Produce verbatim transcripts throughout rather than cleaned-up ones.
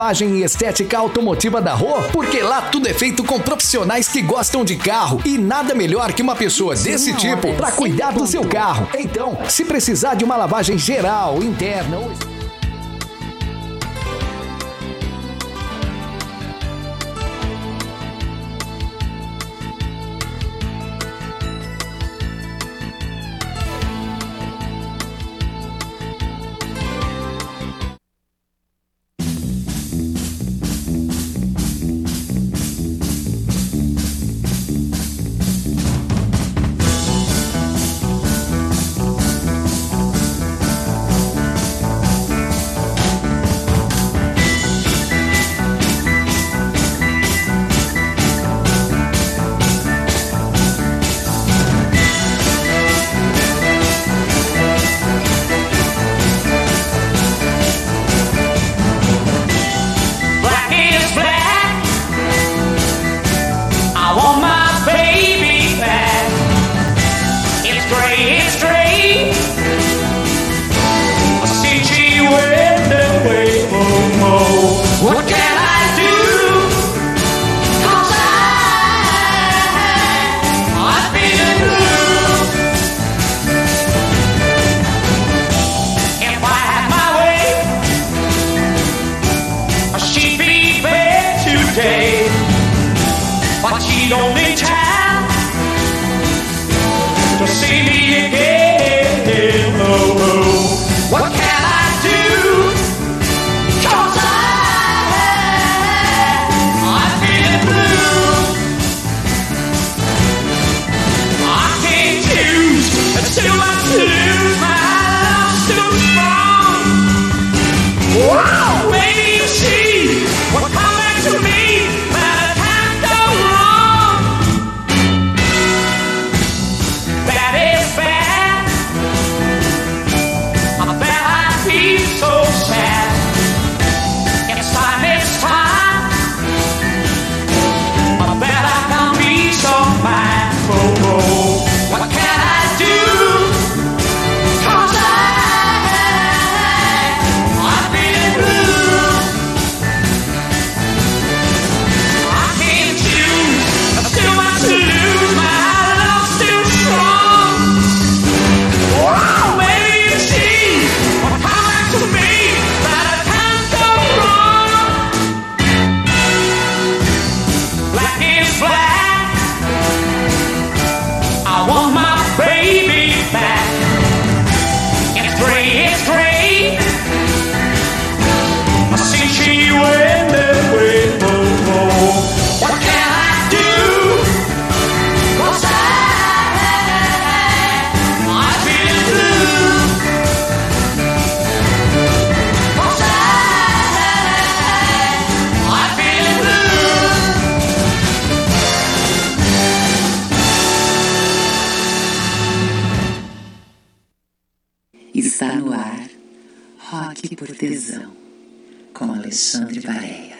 Lavagem e estética automotiva da Rô, porque lá tudo é feito com profissionais que gostam de carro e nada melhor que uma pessoa desse tipo para cuidar do seu carro. Então, se precisar de uma lavagem geral, interna ou... Está no ar, Rock por Tesão, com Alexandre Vareia.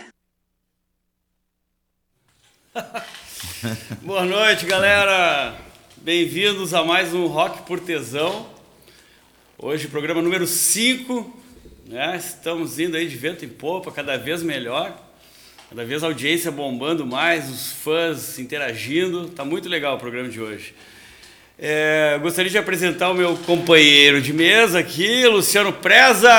Boa noite, galera! Bem-vindos a mais um Rock por Tesão. Hoje, programa número cinco, né? Estamos indo aí de vento em popa, cada vez melhor. Cada vez a audiência bombando mais, os fãs interagindo. Tá muito legal o programa de hoje. É, gostaria de apresentar o meu companheiro de mesa aqui, Luciano Preza.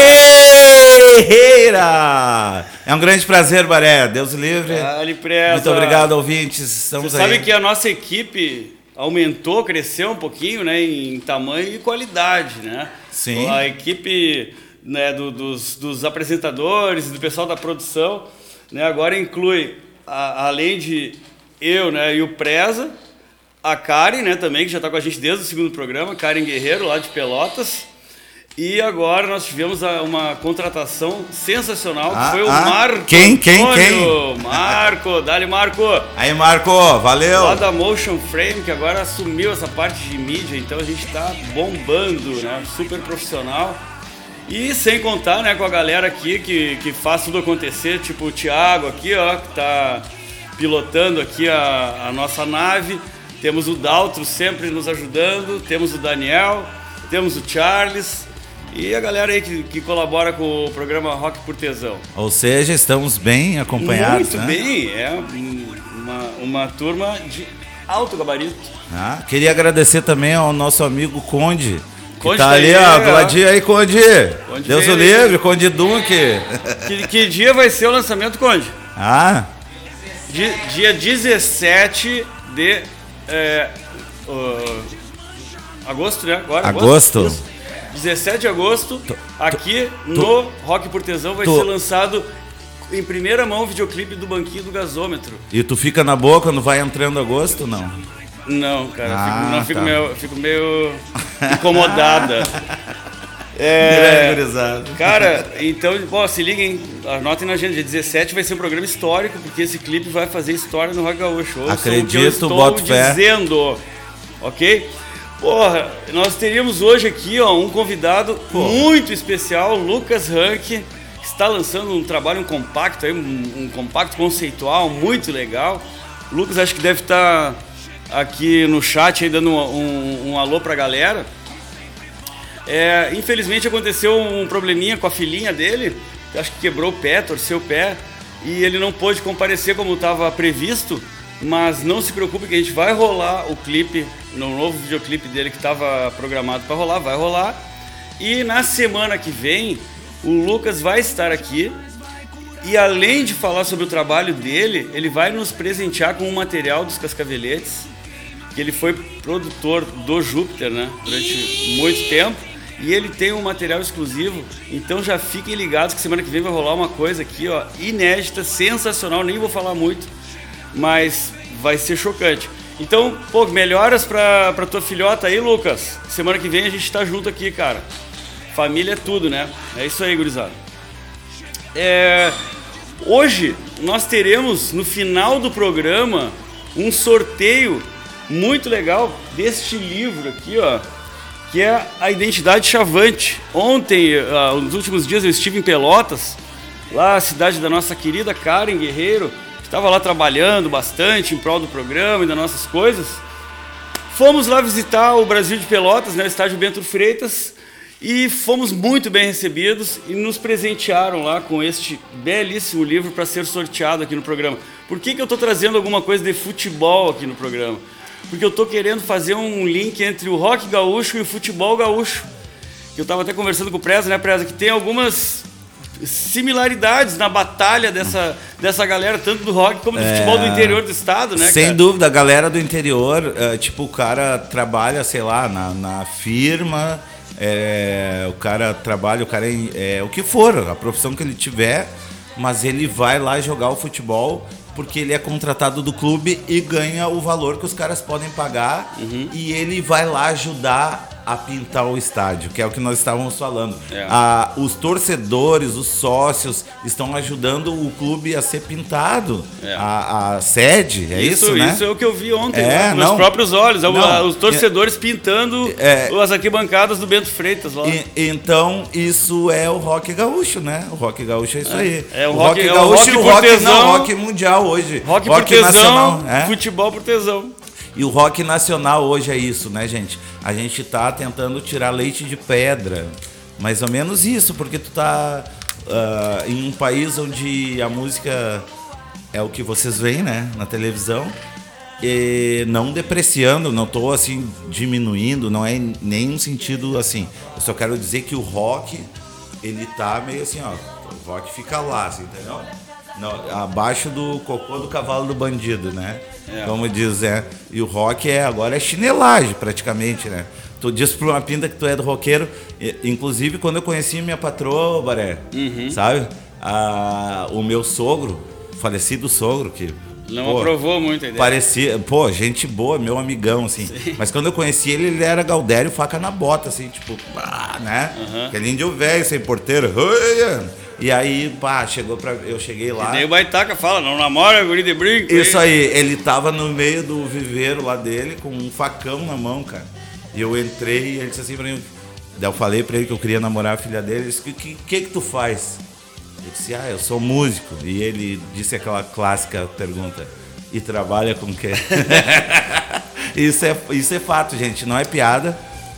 Eira! É um grande prazer, Baré. Deus livre. Dale, Preza. Muito obrigado, ouvintes. Estamos Você sabe aí. que a nossa equipe aumentou, cresceu um pouquinho, né, em tamanho e qualidade, né? Sim. A equipe, né, do, dos, dos apresentadores, do pessoal da produção, né, agora inclui, a, além de eu, né, e o Preza, a Karen, né, também, que já está com a gente desde o segundo programa, Karen Guerreiro, lá de Pelotas. E agora nós tivemos a, uma contratação sensacional, que ah, foi o ah, Marco Quem, quem, Antônio. quem? Marco, dale Marco. Aí, Marco, valeu. Lá da Motion Frame, que agora assumiu essa parte de mídia, então a gente está bombando, né, super profissional. E sem contar, né, com a galera aqui que, que faz tudo acontecer, tipo o Thiago aqui, ó, que está pilotando aqui a, a nossa nave. Temos o Daltro sempre nos ajudando, temos o Daniel, temos o Charles e a galera aí que, que colabora com o programa Rock por Tesão. Ou seja, estamos bem acompanhados, Muito né? bem, é uma, uma turma de alto gabarito. Ah, queria agradecer também ao nosso amigo Conde, que Conde tá tá ali, aí, ó, ó. do ladinho aí, Conde. Conde Deus o veio aí. livre, Conde Dunque. Que, que dia vai ser o lançamento, Conde? Ah, Di- dia dezessete de é, uh, agosto, né? Agora, Agosto. Isso. dezessete de agosto, aqui no Rock por Tesão vai tu- ser lançado em primeira mão o videoclipe do Banquinho do Gasômetro. e tu fica na boa quando vai entrando agosto, não? Não, cara, eu Ah, fico, não, fico, tá. meio, fico meio incomodada. É, É, gurizada. cara, então, bom, se liguem, anotem na agenda, dia dezessete vai ser um programa histórico, porque esse clipe vai fazer história no Rock Gaúcho. Ouçam Acredito, o que eu estou boto fé. dizendo, ok? Porra, nós teríamos hoje aqui, ó, um convidado muito especial, Lucas Rank, que está lançando um trabalho, um compacto aí, um, um compacto conceitual muito legal. O Lucas acho que deve estar aqui no chat aí dando um, um, um alô pra galera. É, infelizmente aconteceu um probleminha com a filhinha dele, que acho que quebrou o pé, torceu o pé, e ele não pôde comparecer como estava previsto, mas não se preocupe que a gente vai rolar o clipe, no novo videoclipe dele que estava programado para rolar, vai rolar. E na semana que vem, o Lucas vai estar aqui, e além de falar sobre o trabalho dele, ele vai nos presentear com um material dos Cascaveletes, que ele foi produtor do Júpiter, né, durante muito tempo. E ele tem um material exclusivo, então já fiquem ligados que semana que vem vai rolar uma coisa aqui, ó, inédita, sensacional, nem vou falar muito, mas vai ser chocante. Então, pô, melhoras pra, pra tua filhota aí, Lucas. Semana que vem a gente tá junto aqui, cara. Família é tudo, né? É isso aí, gurizada. É, hoje nós teremos, no final do programa, um sorteio muito legal deste livro aqui, ó, que é A Identidade Chavante. Ontem, uh, nos últimos dias, eu estive em Pelotas, lá a cidade da nossa querida Karen Guerreiro. Estava lá trabalhando bastante em prol do programa e das nossas coisas. Fomos lá visitar o Brasil de Pelotas, né, o estádio Bento Freitas, e fomos muito bem recebidos e nos presentearam lá com este belíssimo livro para ser sorteado aqui no programa. Por que que eu estou trazendo alguma coisa de futebol aqui no programa? Porque eu tô querendo fazer um link entre o rock gaúcho e o futebol gaúcho. Eu tava até conversando com o Preza, né, Preza, que tem algumas similaridades na batalha dessa, dessa galera, tanto do rock como do É, futebol do interior do estado, né, sem cara? dúvida, a galera do interior, é, tipo, o cara trabalha, sei lá, na, na firma, é, o cara trabalha, o cara é, é o que for, a profissão que ele tiver, mas ele vai lá jogar o futebol porque ele é contratado do clube e ganha o valor que os caras podem pagar, uhum. E ele vai lá ajudar a pintar o estádio, que é o que nós estávamos falando. É. A, os torcedores, os sócios estão ajudando o clube a ser pintado, é. a, a sede, é isso, isso, né? Isso é o que eu vi ontem, é, né, nos não, próprios olhos, não, os torcedores é, pintando é, as arquibancadas do Bento Freitas lá. E, então, isso é o rock gaúcho, né? O rock gaúcho é isso é, aí. É o, o rock, rock é gaúcho o rock e o por rock, tesão, não, rock mundial hoje. Rock, rock por tesão, nacional, é? Futebol por tesão. E o rock nacional hoje é isso, né, gente? A gente tá tentando tirar leite de pedra. Mais ou menos isso, porque tu tá uh, em um país onde a música é o que vocês veem, né, na televisão. E não depreciando, não tô assim diminuindo, não é nem um sentido assim. Eu só quero dizer que o rock, ele tá meio assim, ó. O rock fica lá, assim, entendeu? Não, abaixo do cocô do cavalo do bandido, né? É. Como diz, é. E o rock é, agora é chinelagem, praticamente, né? Tu diz pra uma pinta que tu é do roqueiro. Inclusive, quando eu conheci minha patroa, Baré, uhum. sabe? Ah, o meu sogro, falecido sogro, que... Não pô, aprovou muito a ideia. Parecia, pô, gente boa, meu amigão, assim. Sim. Mas quando eu conheci ele, ele era Gaudério, faca na bota, assim, tipo, ah, né? Uhum. Aquele índio velho, sem porteiro. E aí, pá, chegou pra... Eu cheguei lá... E daí o Baitaca fala, não namora, guri de brinco. Isso aí, ele tava no meio do viveiro lá dele, com um facão na mão, cara. E eu entrei e ele disse assim pra mim... Daí eu falei pra ele que eu queria namorar a filha dele. Ele disse, o que, que que tu faz? Eu disse, ah, eu sou músico. E ele disse aquela clássica pergunta, e trabalha com o quê? isso, é, isso é fato, gente, não é piada.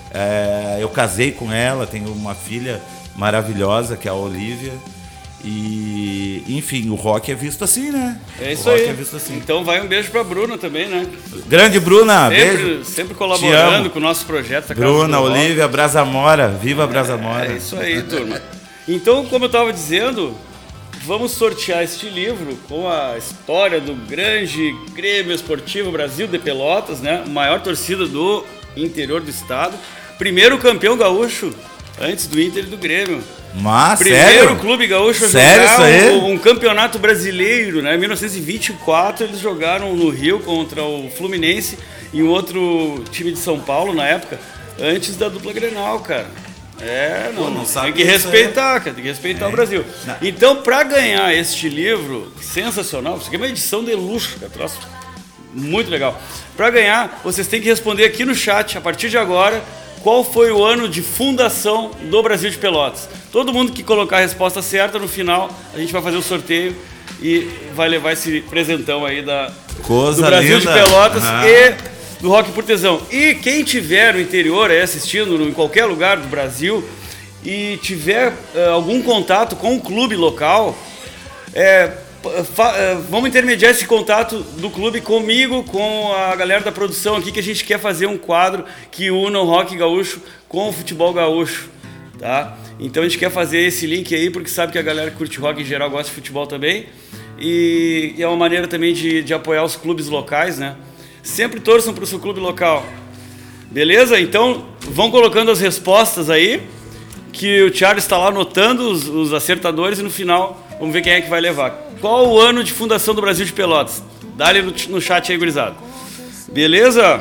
É, eu casei com ela, tenho uma filha maravilhosa, que é a Olivia. E, enfim, o rock é visto assim, né? É isso o rock aí. É visto assim. Então vai um beijo pra Bruna também, né? Grande Bruna, sempre, beijo. Sempre colaborando com o nosso projeto. Bruna, Olivia, Brasamora, viva Brasamora. É, é isso aí, turma. Então, como eu estava dizendo, vamos sortear este livro com a história do grande Grêmio Esportivo Brasil de Pelotas, né? Maior torcida do interior do estado. Primeiro campeão gaúcho antes do Inter e do Grêmio. Mas, Primeiro sério? clube gaúcho a sério jogar isso aí? um, um campeonato brasileiro, né? Em mil novecentos e vinte e quatro eles jogaram no Rio contra o Fluminense e um outro time de São Paulo na época, antes da dupla Grenal, cara. É, não, Pô, não sabe tem que isso respeitar, cara, tem que respeitar é. o Brasil. Não. Então, para ganhar este livro sensacional, isso aqui é uma edição de luxo, cara, troço muito legal. Para ganhar, vocês têm que responder aqui no chat, a partir de agora, qual foi o ano de fundação do Brasil de Pelotas. Todo mundo que colocar a resposta certa, no final, a gente vai fazer o sorteio e vai levar esse presentão aí da, Coisa do Brasil linda. de Pelotas Uhum. e do Rock por Tesão. E quem tiver no interior aí assistindo, em qualquer lugar do Brasil, e tiver uh, algum contato com o clube local, é, fa, uh, vamos intermediar esse contato do clube comigo, com a galera da produção aqui, que a gente quer fazer um quadro que una o rock gaúcho com o futebol gaúcho, tá? Então a gente quer fazer esse link aí, porque sabe que a galera que curte rock em geral gosta de futebol também, e, e é uma maneira também de, de apoiar os clubes locais, né? Sempre torçam para o seu clube local. Beleza? Então, vão colocando as respostas aí, que o Thiago está lá anotando os, os acertadores, e no final, vamos ver quem é que vai levar. Qual o ano de fundação do Brasil de Pelotas? Dá-lhe no, no chat aí, gurizada. Beleza?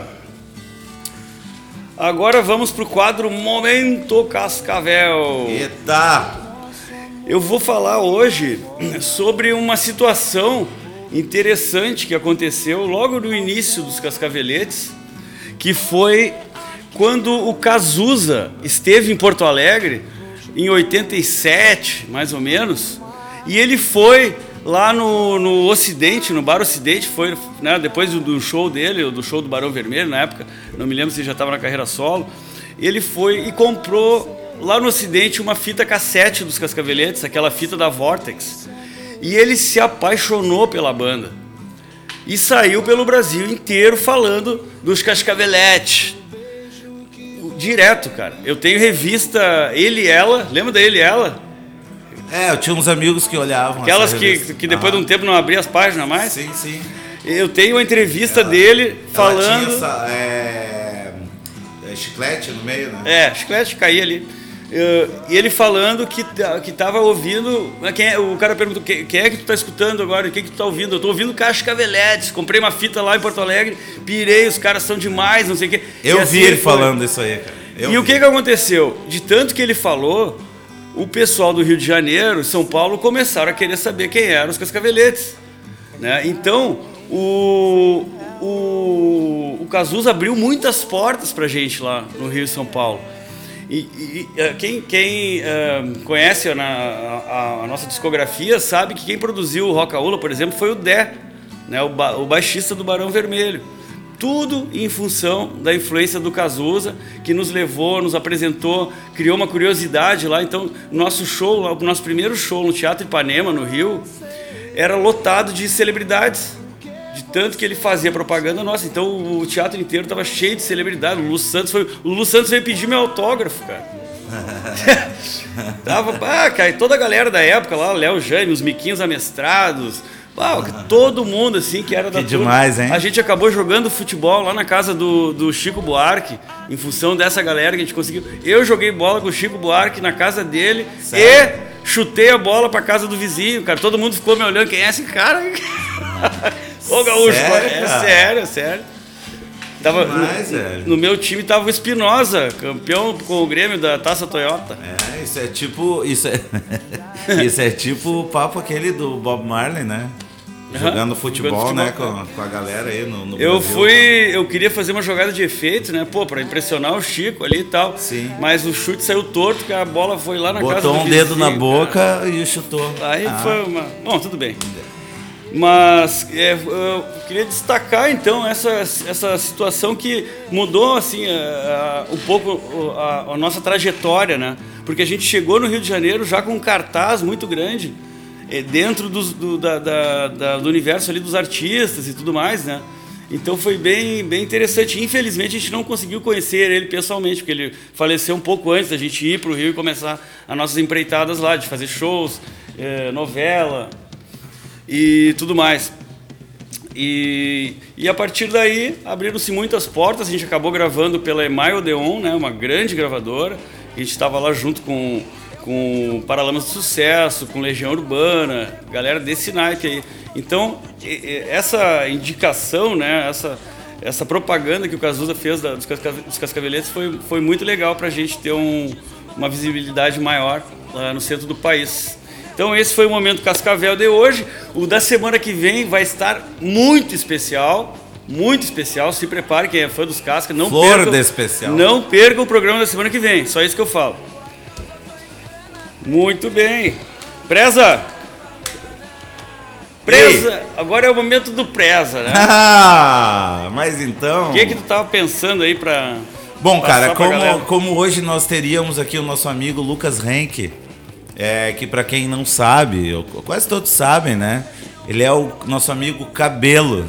Agora vamos para o quadro Momento Cascavel. Eita! Eu vou falar hoje sobre uma situação interessante que aconteceu logo no início dos Cascaveletes, que foi quando o Cazuza esteve em Porto Alegre, em oitenta e sete, mais ou menos, e ele foi lá no, no Ocidente, no Bar Ocidente, foi, né, depois do, do show dele, do show do Barão Vermelho, na época, não me lembro se ele já estava na carreira solo, ele foi e comprou lá no Ocidente uma fita cassete dos Cascaveletes, aquela fita da Vortex, e ele se apaixonou pela banda. E saiu pelo Brasil inteiro falando dos Cascaveletes. Direto, cara. Eu tenho revista Ele e Ela. Lembra da Ele e Ela? É, eu tinha uns amigos que olhavam. Aquelas essa que, revista. que depois Ah. de um tempo não abria as páginas mais. Sim, sim. Eu tenho uma entrevista Ela- dele Ela falando... tinha essa, é, é, chiclete no meio, né? É, chiclete caía ali. Uh, e ele falando que, que tava ouvindo. Quem é, o cara perguntou: quem, quem é que tu tá escutando agora? O que, que tu tá ouvindo? Eu tô ouvindo Cascaveletes. Comprei uma fita lá em Porto Alegre, pirei, os caras são demais, não sei o quê. Eu E assim vi ele foi. falando isso aí, cara. Eu e vi. o que, que aconteceu? De tanto que ele falou, o pessoal do Rio de Janeiro, São Paulo, começaram a querer saber quem eram os Cascaveletes. Né? Então, o, o, o Cazuza abriu muitas portas pra gente lá no Rio e São Paulo. E, e quem, quem uh, conhece a, a, a nossa discografia sabe que quem produziu o Rocaula, por exemplo, foi o Dé, né, o, ba, o baixista do Barão Vermelho. Tudo em função da influência do Cazuza, que nos levou, nos apresentou, criou uma curiosidade lá. Então, nosso show, o nosso primeiro show no Teatro Ipanema, no Rio, era lotado de celebridades. De tanto que ele fazia propaganda nossa. Então o teatro inteiro estava cheio de celebridade. O Lulu Santos foi, o Lulu Santos veio pedir meu autógrafo, cara. Tava, ah, cara, toda a galera da época lá, Léo Jaime, os Miquinhos Amestrados, ah, todo mundo assim que era da Que turma. demais, hein? A gente acabou jogando futebol lá na casa do, do Chico Buarque, em função dessa galera que a gente conseguiu. Eu joguei bola com o Chico Buarque na casa dele. Sério? E chutei a bola pra casa do vizinho, cara. Todo mundo ficou me olhando, quem é esse cara? Ô, Gaúcho, Sério, é cara? sério, é sério. Tava, Demais, no, velho. no meu time tava o Espinosa, campeão com o Grêmio da Taça Toyota. É, isso é tipo. Isso é, isso é tipo o papo aquele do Bob Marley, né? Jogando futebol, jogando né? futebol, Com, com a galera aí no, no Eu Brasil. fui, eu queria fazer uma jogada de efeito, né? Pô, pra impressionar o Chico ali e tal. Sim. Mas o chute saiu torto, que a bola foi lá na casa do Botou um vizinho, dedo na cara. boca e chutou. Aí Ah. foi uma... Bom, tudo bem. Mas é, eu queria destacar então essa, essa situação que mudou assim a, a, um pouco a, a nossa trajetória, né? Porque a gente chegou no Rio de Janeiro já com um cartaz muito grande é, dentro dos, do, da, da, da, do universo ali dos artistas e tudo mais, né? Então foi bem, bem interessante. Infelizmente a gente não conseguiu conhecer ele pessoalmente, porque ele faleceu um pouco antes da gente ir para o Rio e começar as nossas empreitadas lá, de fazer shows, é, novela e tudo mais. E, e a partir daí abriram-se muitas portas. A gente acabou gravando pela Email Odeon, né, uma grande gravadora. A gente estava lá junto com, com Paralamas do Sucesso, com Legião Urbana, galera desse naipe aí. Então, essa indicação, né, essa, essa propaganda que o Cazuza fez da, dos, casca, dos Cascaveletes foi, foi muito legal para a gente ter um, uma visibilidade maior lá no centro do país. Então esse foi o Momento Cascavel de hoje. O da semana que vem vai estar muito especial, muito especial. Se prepare, quem é fã dos Casca, não Flor perca, de especial. Não perca o programa da semana que vem, só isso que eu falo. Muito bem. Preza! Preza! Ei. Agora é o momento do Preza, né? Ah, mas então... O que é que tu tava pensando aí pra... Bom, cara, como, como hoje nós teríamos aqui o nosso amigo Lucas Henke, é, que para quem não sabe, quase todos sabem, né? Ele é o nosso amigo Cabelo.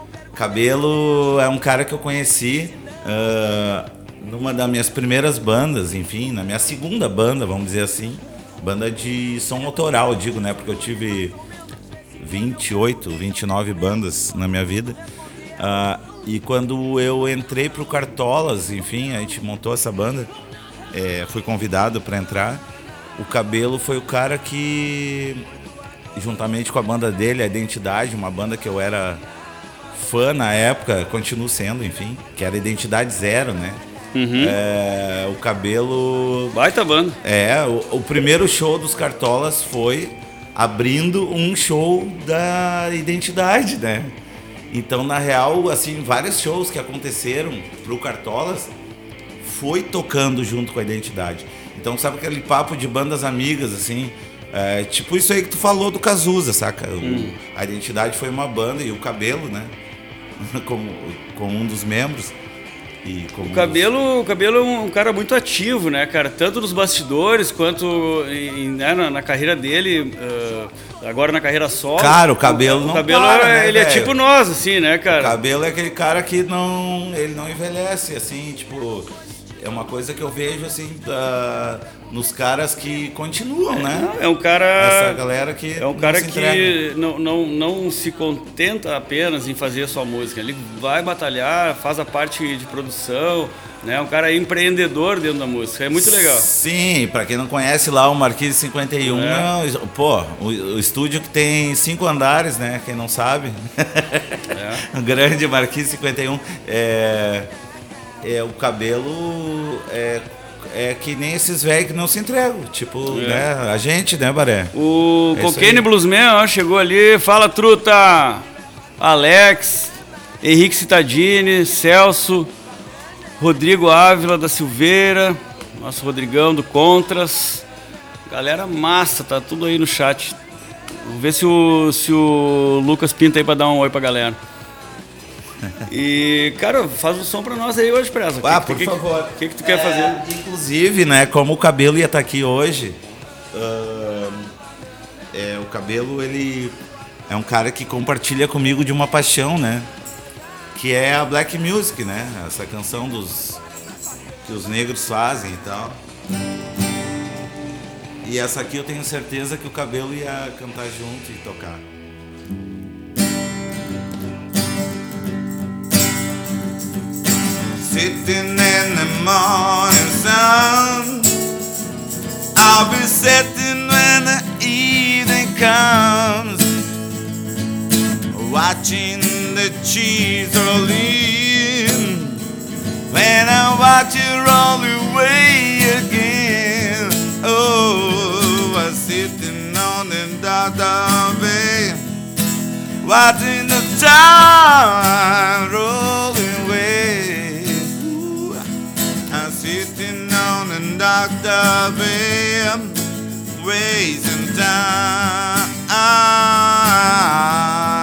Cabelo é um cara que eu conheci uh, numa das minhas primeiras bandas, enfim, na minha segunda banda, vamos dizer assim. Banda de som autoral, eu digo, né? Porque eu tive vinte e oito, vinte e nove bandas na minha vida. Uh, e quando eu entrei pro Cartolas, enfim, a gente montou essa banda, é, fui convidado para entrar. O Cabelo foi o cara que, juntamente com a banda dele, a Identidade, uma banda que eu era fã na época, continuo sendo, enfim, que era Identidade Zero, né? Uhum. É, o Cabelo... Baita banda. É, o, o primeiro show dos Cartolas foi abrindo um show da Identidade, né? Então, na real, assim, vários shows que aconteceram pro Cartolas foi tocando junto com a Identidade. Então, sabe aquele papo de bandas amigas, assim, é, tipo isso aí que tu falou do Cazuza, saca? Hum. O, a Identidade foi uma banda e o Cabelo, né? como, como um dos membros. E como o, cabelo, dos... o Cabelo é um cara muito ativo, né, cara? Tanto nos bastidores quanto em, né, na, na carreira dele, uh, agora na carreira solo. Cara, o Cabelo o, não O Cabelo, para, é, né, ele véio? é tipo nós, assim, né, cara? O Cabelo é aquele cara que não, ele não envelhece, assim, tipo... É uma coisa que eu vejo, assim, da, nos caras que continuam, né? É um cara... Essa galera que É um cara não se que não, não, não se contenta apenas em fazer a sua música. Ele vai batalhar, faz a parte de produção, né? É um cara empreendedor dentro da música. É muito legal. Sim, pra quem não conhece lá, o Marquise cinquenta e um, é. É, pô, o, o estúdio que tem cinco andares, né? Quem não sabe. É. O grande Marquise cinquenta e um. É... É, o Cabelo é, é que nem esses velhos que não se entregam. Tipo, é. né? A gente, né, Baré? O é Cocaine Bluesman, ó, chegou ali. Fala, truta! Alex, Henrique Cittadini, Celso, Rodrigo Ávila da Silveira, nosso Rodrigão do Contras. Galera massa, tá tudo aí no chat. Vamos ver se o, se o Lucas pinta aí pra dar um oi pra galera. E, cara, faz um som pra nós aí hoje, Preza. Ah, que, por que, favor. O que, que tu quer é, fazer? Inclusive, né, como o Cabelo ia estar aqui hoje, uh, é, o Cabelo, ele é um cara que compartilha comigo de uma paixão, né? Que é a Black Music, né? Essa canção dos que os negros fazem e tal. E essa aqui eu tenho certeza que o Cabelo ia cantar junto e tocar. Sitting in the morning sun, I'll be sitting when the evening comes, watching the cheese roll in, when I watch it roll away again. Oh, I'm sitting on the Dada Bay, watching the time rolling away. Sitting on the Doctor Bay, wasting time.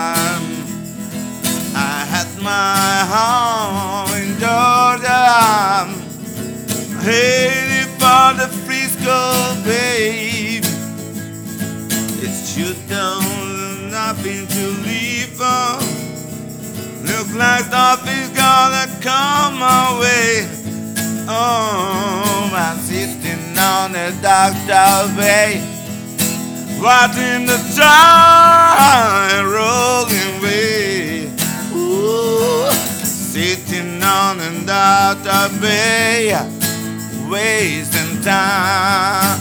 nothing to leave for. Looks like nothing's gonna come my way. Oh, I'm sitting on the dark, dark bay, watching the tide rolling away. Ooh, sitting on the dark, dark bay, wasting time.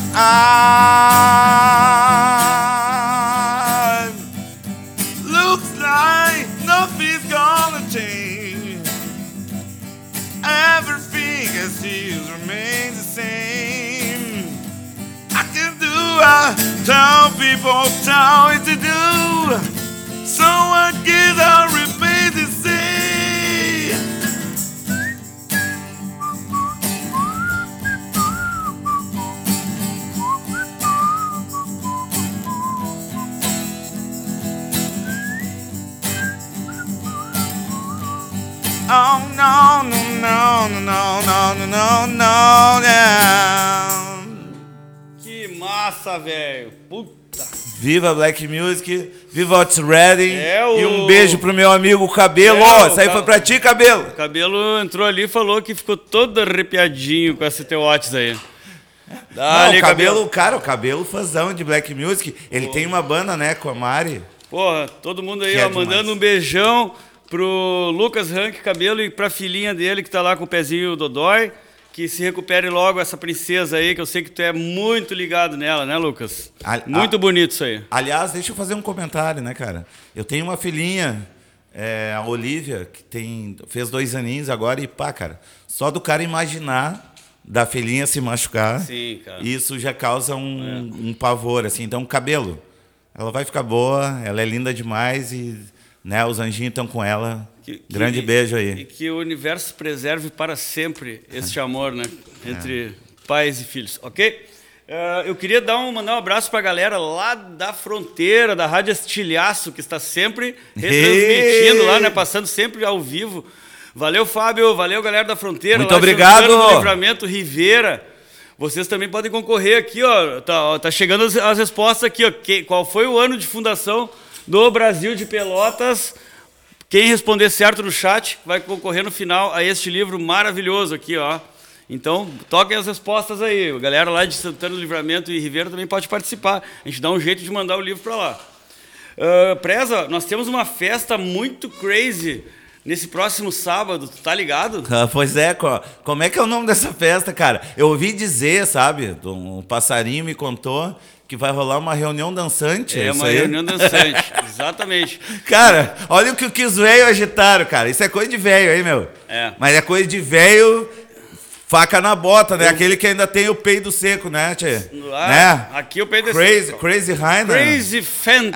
Looks like nothing's gonna change. Everything I see remains the same. I can do, I tell people, tell me to do. So I guess I'll remain the same. Oh no, no, no, no, no, no, no, no, no. Que massa, velho. Puta. Viva Black Music, viva Otis Redding. É o... E um beijo pro meu amigo Cabelo. É Ó, o isso aí ca... foi pra ti, Cabelo. O Cabelo entrou ali e falou que ficou todo arrepiadinho com esse teu Otis aí. Não, o Cabelo, cara, o Cabelo fãzão de Black Music. Ele Pô. tem uma banda, né, com a Mari. Porra, todo mundo aí, é ó, mandando um beijão pro Lucas Rank Cabelo e pra filhinha dele que tá lá com o pezinho dodói. Que se recupere logo essa princesa aí, que eu sei que tu é muito ligado nela, né, Lucas? A, muito a, bonito isso aí. Aliás, deixa eu fazer um comentário, né, cara? Eu tenho uma filhinha, é, a Olivia, que tem, fez dois aninhos agora e, pá, cara, só do cara imaginar da filhinha se machucar, Sim, cara. Isso já causa um, é. um pavor, assim. Então, Cabelo, ela vai ficar boa, ela é linda demais e... Né, os anjinhos estão com ela. Que, Grande que, beijo aí. E que o universo preserve para sempre este amor, né? Entre é. pais e filhos, ok? Uh, eu queria dar um, mandar um abraço para a galera lá da fronteira, da Rádio Estilhaço, que está sempre retransmitindo lá, né? Passando sempre ao vivo. Valeu, Fábio. Valeu, galera da fronteira. Muito lá obrigado. Do Livramento Rivera. Vocês também podem concorrer aqui, ó. Tá, ó, tá chegando as, as respostas aqui, ó. Que, qual foi o ano de fundação do Brasil de Pelotas? Quem responder certo no chat vai concorrer no final a este livro maravilhoso aqui, ó. Então, toquem as respostas aí. A galera lá de Santana do Livramento e Ribeira também pode participar. A gente dá um jeito de mandar o livro para lá. Uh, Preza, nós temos uma festa muito crazy nesse próximo sábado, tu tá ligado? Ah, pois é, como é que é o nome dessa festa, cara? Eu ouvi dizer, sabe, um passarinho me contou que vai rolar uma reunião dançante. É, é uma aí? reunião dançante, exatamente. Cara, olha o que, que os velhos agitaram, cara. Isso é coisa de velho aí, meu. É. Mas é coisa de velho, faca na bota, né? Eu... Aquele que ainda tem o peido seco, né, tchê? Ah, né? Aqui o peido é Crazy, seco. Crazy Rainer. Crazy Fantasy.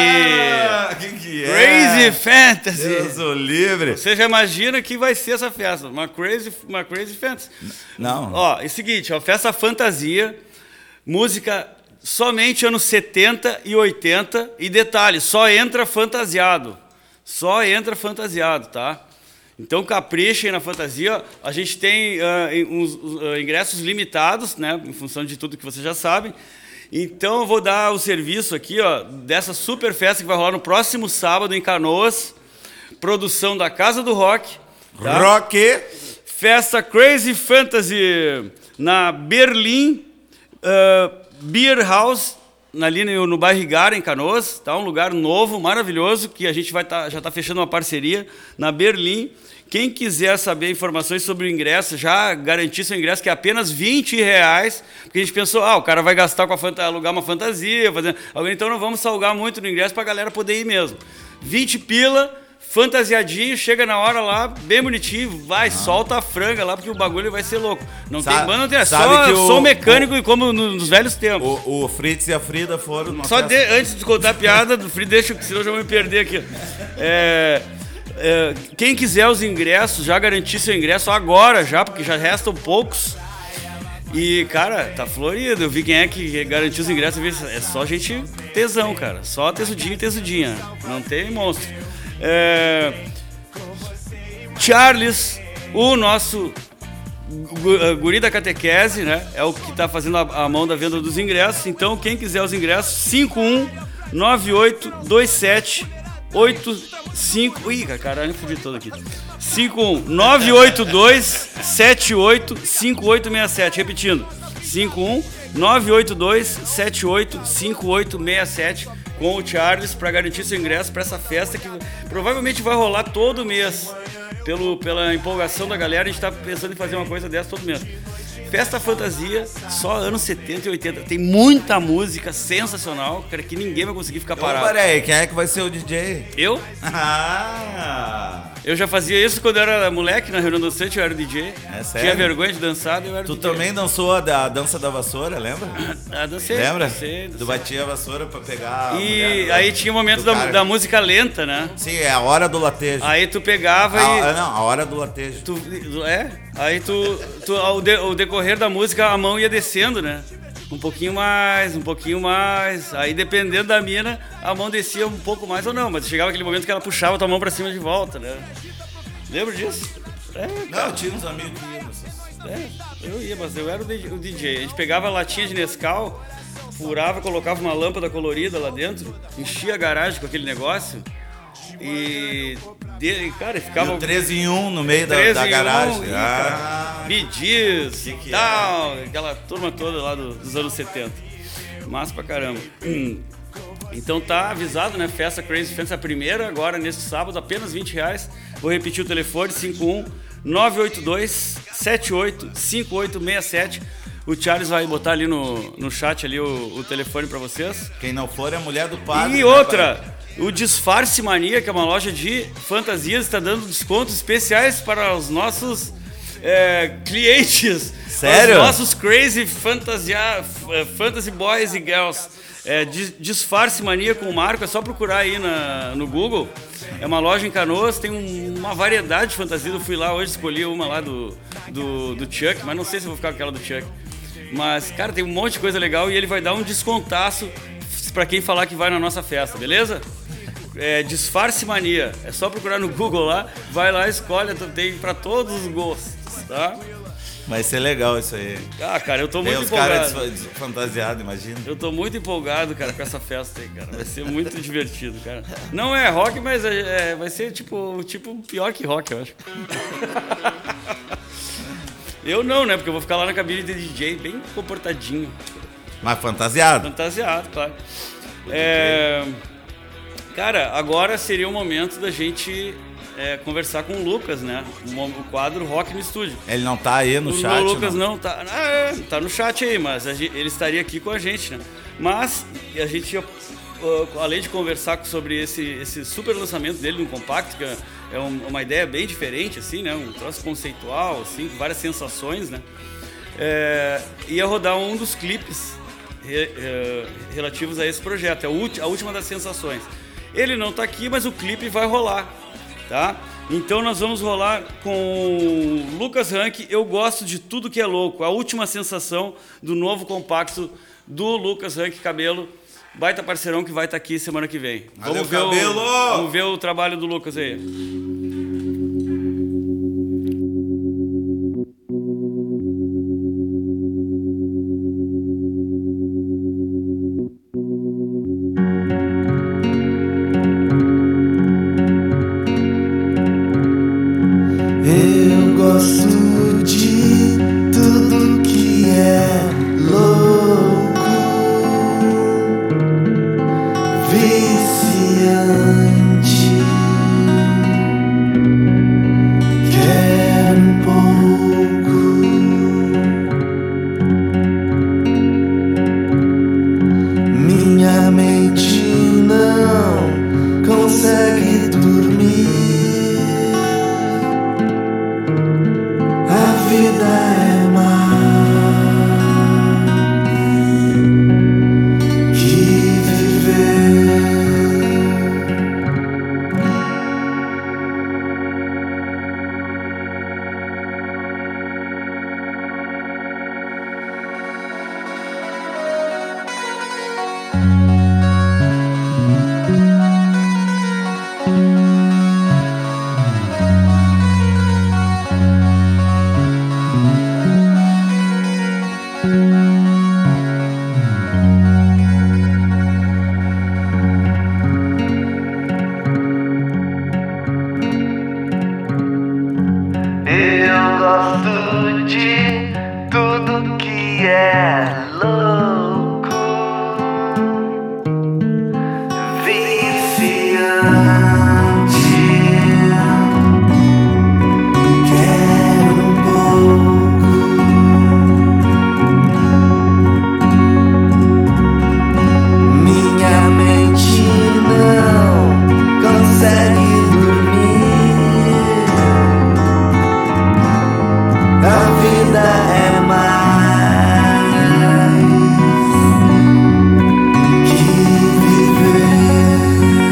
Ah, que que é? Crazy Fantasy. Deus o livre. Você já imagina que vai ser essa festa, uma Crazy, uma crazy Fantasy. Não. Ó, é o seguinte, ó, festa fantasia, música somente anos setenta e oitenta, e detalhe, só entra fantasiado. Só entra fantasiado, tá? Então caprichem na fantasia. A gente tem uh, uns uh, ingressos limitados, né, em função de tudo que vocês já sabem. Então eu vou dar o serviço aqui, ó, dessa super festa que vai rolar no próximo sábado em Canoas. Produção da Casa do Rock. Tá? Rock! Festa Crazy Fantasy na Berlim uh, Beer House, ali no, no bairro Igara, em Canoas, tá? Um lugar novo, maravilhoso, que a gente vai tá, já está fechando uma parceria na Berlim. Quem quiser saber informações sobre o ingresso, já garantir seu ingresso, que é apenas vinte reais, porque a gente pensou, ah, o cara vai gastar com a fanta- alugar uma fantasia, fazendo... então não vamos salgar muito no ingresso para a galera poder ir mesmo. vinte pila, fantasiadinho, chega na hora lá, bem bonitinho, vai, ah. solta a franga lá, porque o bagulho vai ser louco. Não sabe, tem banda, não tem, é só, que o, só mecânico, o, como nos velhos tempos. O, o Fritz e a Frida foram... Só de, antes de contar a piada, do Fritz, deixa, senão eu já vou me perder aqui. É, é, quem quiser os ingressos, já garantir seu ingresso agora já, porque já restam poucos. E, cara, tá florido. Eu vi quem é que garantiu os ingressos. É só gente tesão, cara. Só tesudinho e tesudinha. Não tem monstro. É... Charles, o nosso guri da catequese, né? É o que tá fazendo a, a mão da venda dos ingressos. Então, quem quiser os ingressos, cinco um nove oito dois sete oito cinco... Ih, caralho, fudi todo aqui. cinco um nove oito dois sete oito cinco oito seis sete. Repetindo. cinco um nove oito dois sete oito cinco oito seis sete com o Charles para garantir seu ingresso para essa festa que provavelmente vai rolar todo mês. Pelo, pela empolgação da galera, a gente tá pensando em fazer uma coisa dessa todo mês. Festa Fantasia, só anos setenta e oitenta. Tem muita música sensacional, cara, que ninguém vai conseguir ficar parado. Ô, Baré, quem é que vai ser o D J? Eu? Ah! Eu já fazia isso quando eu era moleque, na reunião dançante, eu era o D J. É sério? Tinha vergonha de dançar, eu era Tu o D J. também dançou a, da, a dança da vassoura, lembra? Ah, dancei. Lembra? Dancei, dancei. Tu batia a vassoura pra pegar a E mulher, aí tinha o momento da, da música lenta, né? Sim, é a hora do latejo. Aí tu pegava a, e... Ah, não, a hora do latejo. Tu, é? Aí tu, tu ao, de, ao decorrer da música, a mão ia descendo, né? Um pouquinho mais, um pouquinho mais. Aí, dependendo da mina, a mão descia um pouco mais ou não. Mas chegava aquele momento que ela puxava a tua mão pra cima de volta, né? Lembra disso? É, não, tinha uns amigos que iam. É, eu ia, mas eu era o D J. A gente pegava a latinha de Nescau, furava, colocava uma lâmpada colorida lá dentro, enchia a garagem com aquele negócio e... De, cara, ficava... E o três em um no meio da, da garagem. Um, ah, Me diz, que que tal, é? Aquela turma toda lá do, dos anos setenta. Massa pra caramba. Então tá avisado, né? Festa Crazy Fans, a primeira, agora neste sábado, apenas vinte reais. Vou repetir o telefone, cinco um nove oito dois sete oito cinco oito seis sete. O Charles vai botar ali no, no chat ali o, o telefone pra vocês. Quem não for é a mulher do padre. E outra... Né, o Disfarce Mania, que é uma loja de fantasias, está dando descontos especiais para os nossos é, clientes. Sério? Os nossos crazy fantasia, fantasy boys e girls. É, Disfarce Mania com o Marco, é só procurar aí na, no Google. É uma loja em Canoas, tem um, uma variedade de fantasias. Eu fui lá hoje, escolhi uma lá do, do, do Chuck, mas não sei se eu vou ficar com aquela do Chuck. Mas, cara, tem um monte de coisa legal e ele vai dar um descontaço para quem falar que vai na nossa festa, beleza? É, Disfarce Mania, é só procurar no Google lá, vai lá, escolhe, tem pra todos os gostos, tá? Vai ser legal isso aí. Ah, cara, eu tô tem muito os empolgado. caras fantasiados, imagina. Eu tô muito empolgado, cara, com essa festa aí, cara. Vai ser muito divertido, cara. Não é rock, mas é, é, vai ser tipo, tipo pior que rock, eu acho. Eu não, né? Porque eu vou ficar lá na cabine de D J, bem comportadinho. Mas fantasiado? Fantasiado, claro. É... Cara, agora seria o momento da gente é, conversar com o Lucas, né? O quadro Rock no Estúdio. Ele não tá aí no o chat, O Lucas não? não tá... Ah, é, tá no chat aí, mas a gente, ele estaria aqui com a gente, né? Mas a gente, uh, além de conversar sobre esse, esse super lançamento dele no compacto, que é um, uma ideia bem diferente, assim, né? Um troço conceitual, assim, com várias sensações, né? É, ia rodar um dos clipes re, é, relativos a esse projeto, é a última das sensações. Ele não tá aqui, mas o clipe vai rolar, tá? Então nós vamos rolar com Lucas Rank, Eu Gosto de Tudo Que É Louco, a última sensação do novo compacto do Lucas Rank Cabelo, baita parceirão que vai estar tá aqui semana que vem. Valeu, vamos ver Cabelo! O, vamos ver o trabalho do Lucas aí. Eu gosto de tudo que é louco, viciante. gosto de tudo que é louco, viciante. Quero um pouco. Minha mente não consegue dormir. A vida é mais que viver.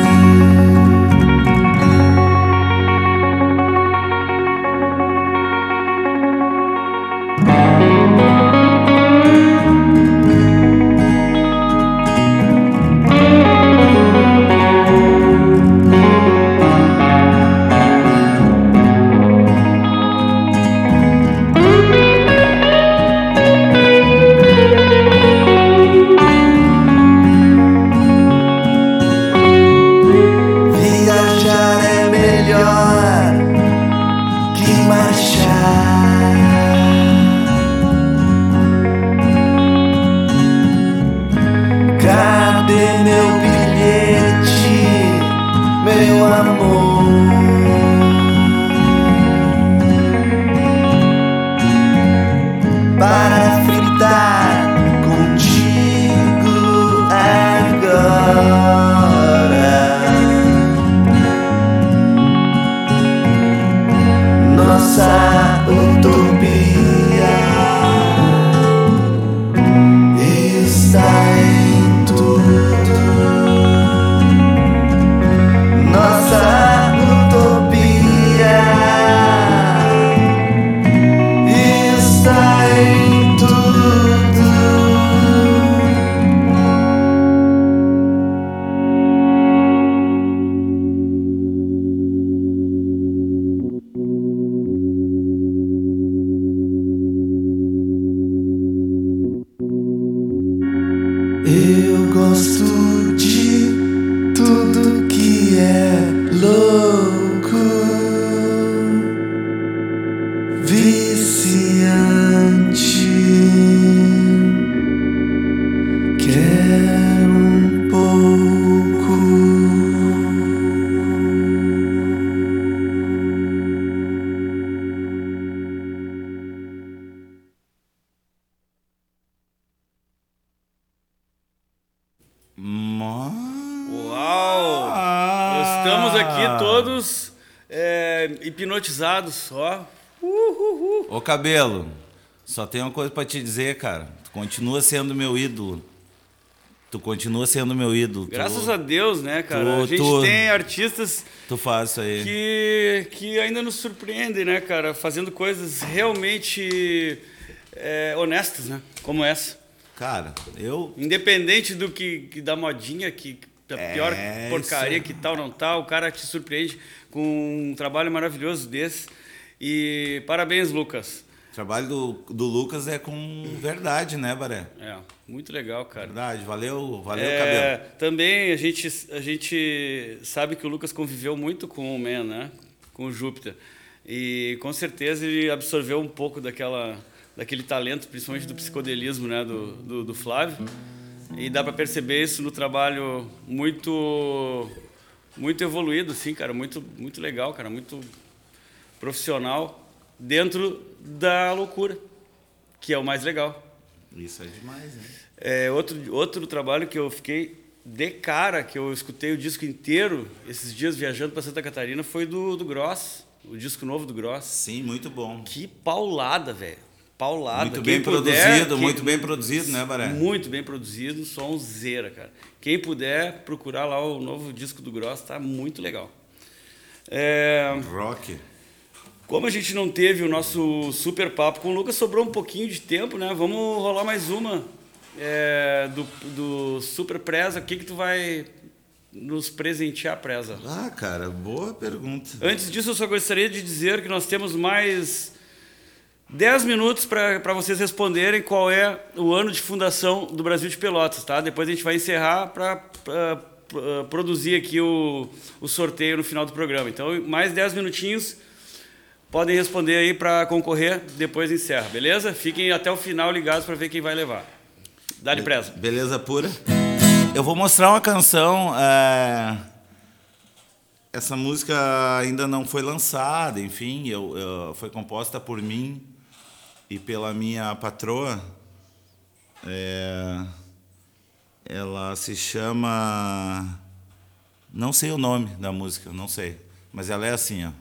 Viajar é melhor que marchar. Cadê meu bilhete, meu amor? Para fritar contigo agora. Nossa utopia está em tudo. Nossa utopia está em tudo. Eu gosto de tudo que é louco, viciante. Quero um pouco. Uau! Estamos aqui todos é, hipnotizados, ó. Uhuhu. Ô, Cabelo, só tem uma coisa pra te dizer, cara. Tu continua sendo meu ídolo. Tu continua sendo meu ídolo. Graças tu, a Deus, né, cara? tu- a gente tu- tem artistas Tu faz isso aí. que, que ainda nos surpreendem, né, cara? Fazendo coisas realmente é, honestas, né? Como essa. Cara, eu... Independente do que, que da modinha, que da É, pior porcaria isso. que tal, não tal, o cara te surpreende com um trabalho maravilhoso desse. E parabéns, Lucas. O trabalho do, do Lucas é com verdade, né, Baré? É, muito legal, cara. Verdade. Valeu, valeu, É, Cabelo. também a gente, a gente sabe que o Lucas conviveu muito com o Man, né? Com o Júpiter. E com certeza ele absorveu um pouco daquela, daquele talento, principalmente do psicodelismo, né? Do, do, do Flávio. E dá para perceber isso no trabalho muito, muito evoluído, assim, cara. Muito, muito legal, cara. Muito profissional dentro da loucura, que é o mais legal. Isso é demais, né? É, outro, outro trabalho que eu fiquei de cara, que eu escutei o disco inteiro esses dias viajando para Santa Catarina, foi do, do Gross, o disco novo do Gross. Sim, muito bom. Que paulada, velho. Paulada. Muito Quem bem puder, produzido, quem- muito bem produzido, né, Baré? Muito bem produzido, sonzeira, cara. Quem puder procurar lá o novo disco do Gross, tá muito legal. É, Rock. como a gente não teve o nosso super papo com o Lucas, sobrou um pouquinho de tempo, né? Vamos rolar mais uma é, do, do Super Preza. O que que tu vai nos presentear, Preza? Ah, cara, boa pergunta. Antes disso, eu só gostaria de dizer que nós temos mais dez minutos para vocês responderem qual é o ano de fundação do Brasil de Pelotas, tá? Depois a gente vai encerrar para produzir aqui o, o sorteio no final do programa. Então, mais dez minutinhos. podem responder aí para concorrer, depois encerra, beleza? Fiquem até o final ligados para ver quem vai levar. Dá-lhe presa. Beleza pura. Eu vou mostrar uma canção. É... Essa música ainda não foi lançada, enfim, eu, eu, foi composta por mim e pela minha patroa. É... Ela se chama... Não sei o nome da música, não sei. Mas ela é assim, ó.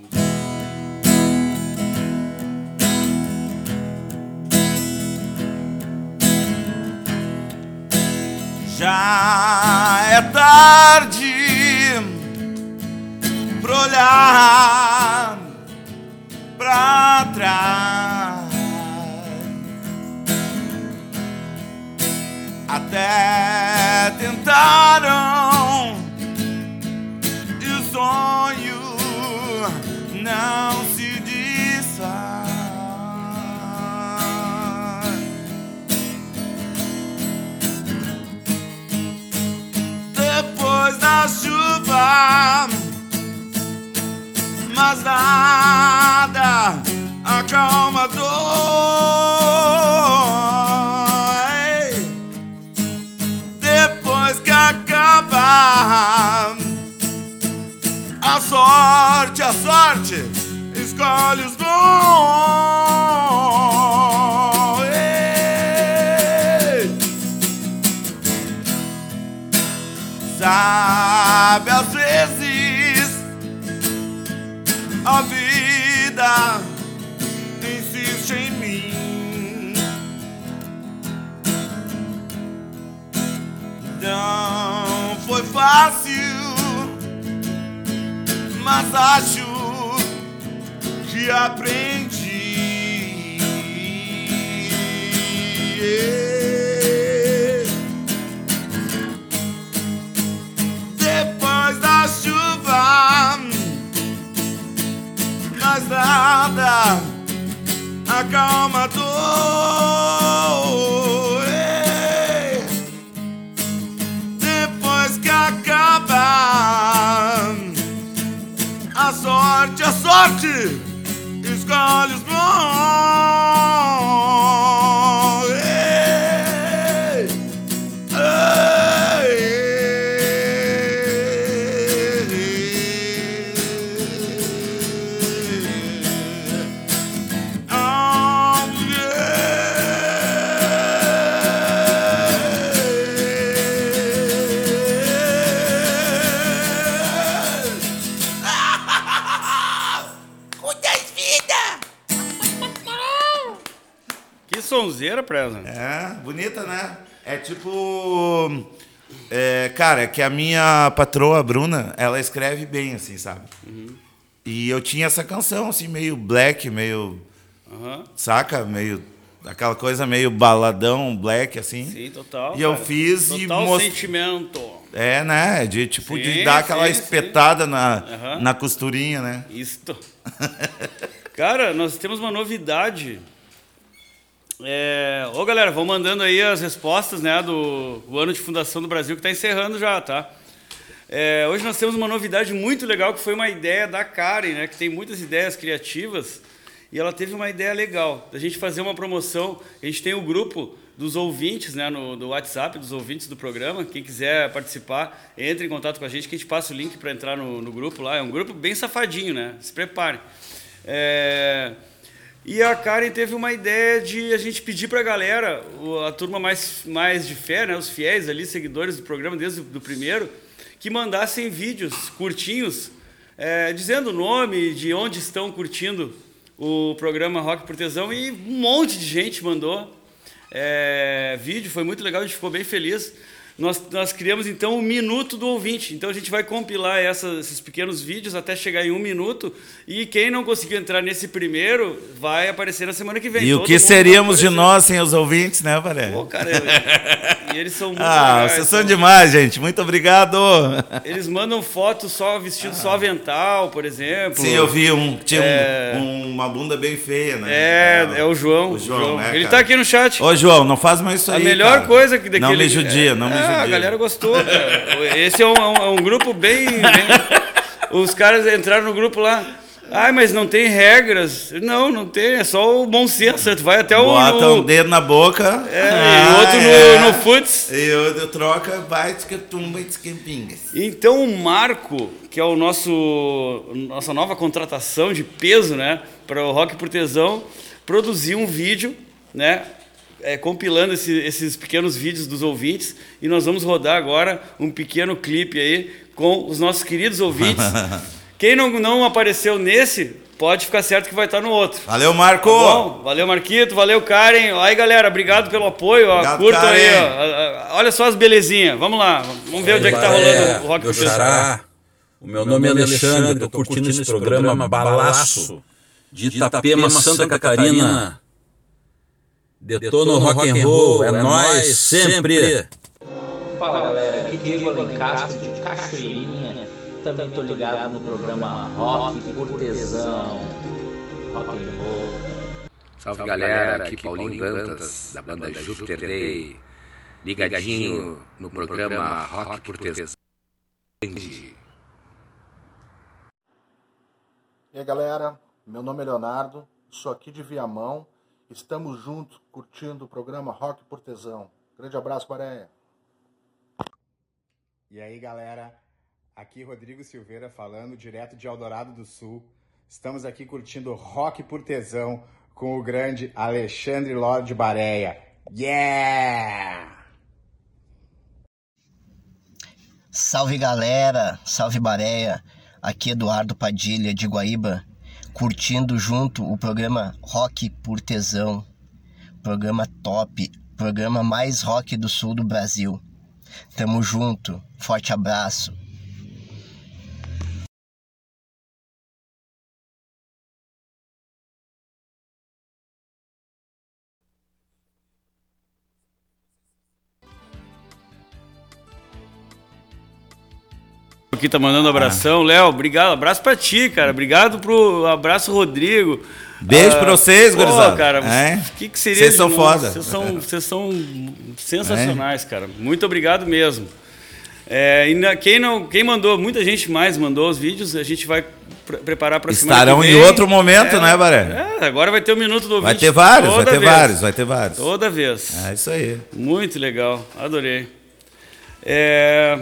Já é tarde pra olhar pra trás, até tentaram e o sonho não se desfaz. Depois da chuva, mas nada acalma a dor. Depois que acaba, a sorte, a sorte escolhe os bons. Sabe, às vezes a vida insiste em mim. Não foi fácil, mas acho que aprendi. Depois da chuva, mas nada acalma a dor. Depois que acaba, a sorte, a sorte escolhe os bons. Sonzeira, Presa. É, bonita, né? É tipo... É, cara, é que a minha patroa, a Bruna, ela escreve bem, assim, sabe? Uhum. E eu tinha essa canção, assim, meio black, meio... Uhum. Saca? Meio... Aquela coisa meio baladão, black, assim. Sim, total. E eu cara. fiz total e... Total most... sentimento. É, né? De, tipo, sim, de dar aquela sim, espetada sim. Na, uhum. na costurinha, né? Isto. Cara, nós temos uma novidade... É... Ô galera, vão mandando aí as respostas, né, do o ano de fundação do Brasil, que está encerrando já, tá? É... Hoje nós temos uma novidade muito legal, que foi uma ideia da Karen, né, que tem muitas ideias criativas, e ela teve uma ideia legal, da gente fazer uma promoção. A gente tem o grupo dos ouvintes, né, no do WhatsApp, dos ouvintes do programa. Quem quiser participar, entre em contato com a gente, que a gente passa o link para entrar no, no grupo lá. É um grupo bem safadinho, né? Se preparem. É... E a Karen teve uma ideia de a gente pedir para a galera, a turma mais, mais de fé, né, os fiéis ali, seguidores do programa desde o do primeiro, que mandassem vídeos curtinhos, é, dizendo o nome, de onde estão curtindo o programa Rock por Tesão, e um monte de gente mandou é, vídeo, foi muito legal, a gente ficou bem feliz. Nós, nós criamos, então, o Minuto do Ouvinte. Então, a gente vai compilar essa, esses pequenos vídeos até chegar em um minuto. E quem não conseguiu entrar nesse primeiro vai aparecer na semana que vem. E Todo o que seríamos de nós sem os ouvintes, né, Valério? Pô, cara, eu, e eles são muito Ah, legais, vocês são então, demais, gente. Muito obrigado. Eles mandam fotos só vestido ah. só avental, por exemplo. Sim, eu vi um. Tinha é... um, uma bunda bem feia, né? É, é o João. O João, João. É, Ele tá aqui no chat. Ô, João, não faz mais isso aí. A melhor cara. coisa que daquele... Não me judia, não é, me judia. A galera gostou, cara. Esse é um, é um, é um grupo bem, bem... Os caras entraram no grupo lá. Ah, mas não tem regras. Não, não tem, é só o bom senso. Tu vai até o... Bota o... um dedo na boca. É, ah, e outro é. no, no futs. E outro troca, vai, que tumba e que pinga. Então o Marco, que é o nosso nossa nova contratação de peso, né, para o Rock por Tesão, produziu um vídeo, né, é, compilando esse, esses pequenos vídeos dos ouvintes, e nós vamos rodar agora um pequeno clipe aí com os nossos queridos ouvintes. Quem não, não apareceu nesse, pode ficar certo que vai estar no outro. Valeu, Marco! Tá bom? Valeu, Marquito, valeu, Karen. Aí, galera, obrigado pelo apoio. Ó, obrigado, curtam Karen. aí, ó. Olha só as belezinhas. Vamos lá, vamos ver onde é que tá rolando o Rock por Tesão. O meu nome é Alexandre, estou curtindo esse programa Balaço, de Itapema, Santa Catarina. Detona o rock and roll, é nóis, sempre! Fala galera, aqui é Diego Alencastro de Cachoeirinha. Também tô ligado no programa Rock por Tesão. Rock and roll. Salve galera, aqui Paulinho Dantas, da banda Júpiter Day. Ligadinho no programa Rock por Tesão. E aí galera, meu nome é Leonardo, sou aqui de Viamão. Estamos juntos curtindo o programa Rock por Tesão. Grande abraço, Baréia. E aí galera, aqui Rodrigo Silveira falando direto de Eldorado do Sul. Estamos aqui curtindo Rock por Tesão com o grande Alexandre Lorde Baréia. Yeah! Salve galera, salve Baréia. Aqui Eduardo Padilha de Guaíba, curtindo junto o programa Rock por Tesão. Programa top, programa mais rock do sul do Brasil. Tamo junto, forte abraço. Aqui tá mandando abração, ah. Léo, obrigado, abraço pra ti, cara, obrigado pro abraço, Rodrigo. Beijo ah, pra vocês, gurizada. Cara, o é? que, que seria? Vocês são foda. Vocês são, vocês são sensacionais, é. cara. Muito obrigado mesmo. É, e na, quem, não, quem mandou, muita gente mais mandou os vídeos, a gente vai pre preparar pra semana Estarão que vem. em outro momento, é, né, Baré? É, agora vai ter o Minuto do Ouvinte. Vai ter vários, vai ter vez. vários, vai ter vários. Toda vez. É isso aí. Muito legal, adorei. É...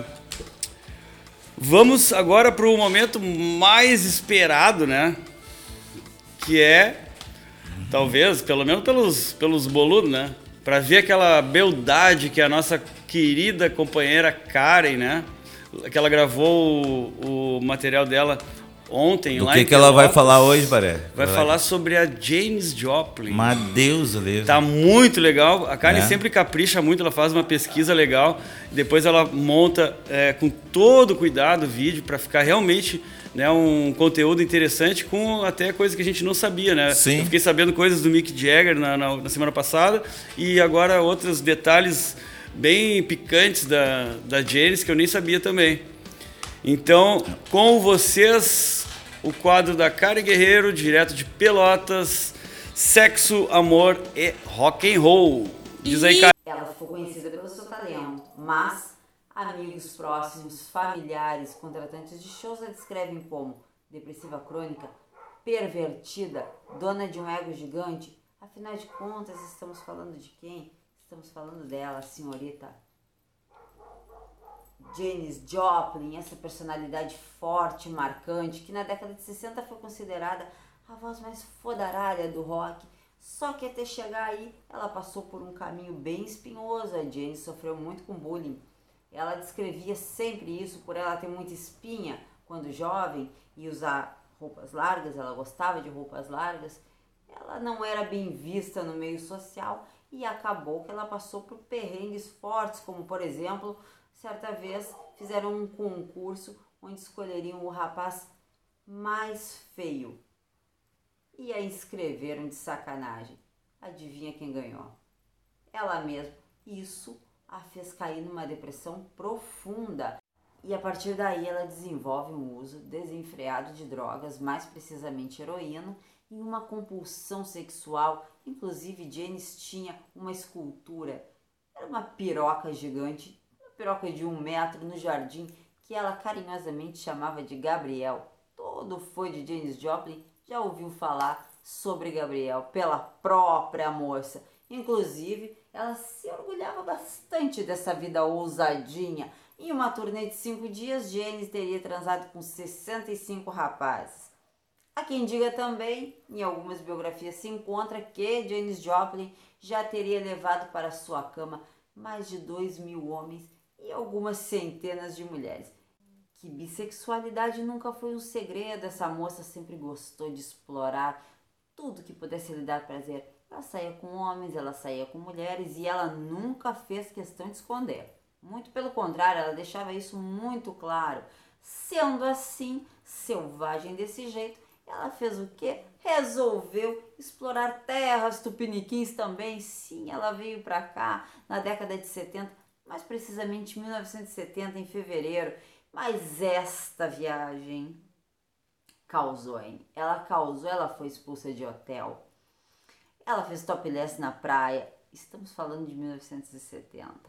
Vamos agora para o momento mais esperado, né? Que é, talvez, pelo menos pelos, pelos boludos, né? Para ver aquela beldade que é a nossa querida companheira Karen, né? Que ela gravou o, o material dela ontem. Do lá que em que ela vai falar hoje, Baré? Vai, vai falar sobre a Janis Joplin. Mas Deus livre. Tá muito legal. A Karen é. sempre capricha muito, ela faz uma pesquisa legal. Depois ela monta é, com todo cuidado o vídeo para ficar realmente, né, um conteúdo interessante, com até coisa que a gente não sabia, né? Sim. Eu fiquei sabendo coisas do Mick Jagger na, na, na semana passada e agora outros detalhes bem picantes da, da Janis que eu nem sabia também. Então, com vocês, o quadro da Karen Guerreiro, direto de Pelotas, Sexo, Amor e Rock and Roll. Diz aí, Karen. Ela ficou conhecida pelo seu talento, mas amigos próximos, familiares, contratantes de shows a descrevem como depressiva crônica, pervertida, dona de um ego gigante. Afinal de contas, estamos falando de quem? Estamos falando dela, a senhorita Janis Joplin, essa personalidade forte, marcante, que na década de sessenta foi considerada a voz mais fodaralha do rock. Só que até chegar aí, ela passou por um caminho bem espinhoso. A Janis sofreu muito com bullying. Ela descrevia sempre isso por ela ter muita espinha quando jovem e usar roupas largas. Ela gostava de roupas largas. Ela não era bem vista no meio social e acabou que ela passou por perrengues fortes, como por exemplo, certa vez fizeram um concurso onde escolheriam o rapaz mais feio e a inscreveram de sacanagem. Adivinha quem ganhou? Ela mesma. Isso a fez cair numa depressão profunda. E a partir daí ela desenvolve um uso desenfreado de drogas, mais precisamente heroína, e uma compulsão sexual. Inclusive, Janis tinha uma escultura. Era uma piroca gigante, uma piroca de um metro no jardim, que ela carinhosamente chamava de Gabriel. todo fã de Janis Joplin já ouviu falar sobre Gabrielle pela própria moça. Inclusive, ela se orgulhava bastante dessa vida ousadinha. Em uma turnê de cinco dias, Janis teria transado com sessenta e cinco rapazes. Há quem diga também, em algumas biografias se encontra, que Janis Joplin já teria levado para sua cama mais de dois mil homens e algumas centenas de mulheres. Que bissexualidade nunca foi um segredo, essa moça sempre gostou de explorar tudo que pudesse lhe dar prazer. Ela saía com homens, ela saía com mulheres e ela nunca fez questão de esconder. Muito pelo contrário, ela deixava isso muito claro. Sendo assim, selvagem desse jeito, ela fez o quê? Resolveu explorar terras tupiniquins também. Sim, ela veio para cá na década de setenta, mais precisamente em mil novecentos e setenta, em fevereiro. Mas esta viagem causou, hein? Ela causou, ela foi expulsa de hotel. Ela fez topless na praia. Estamos falando de mil novecentos e setenta.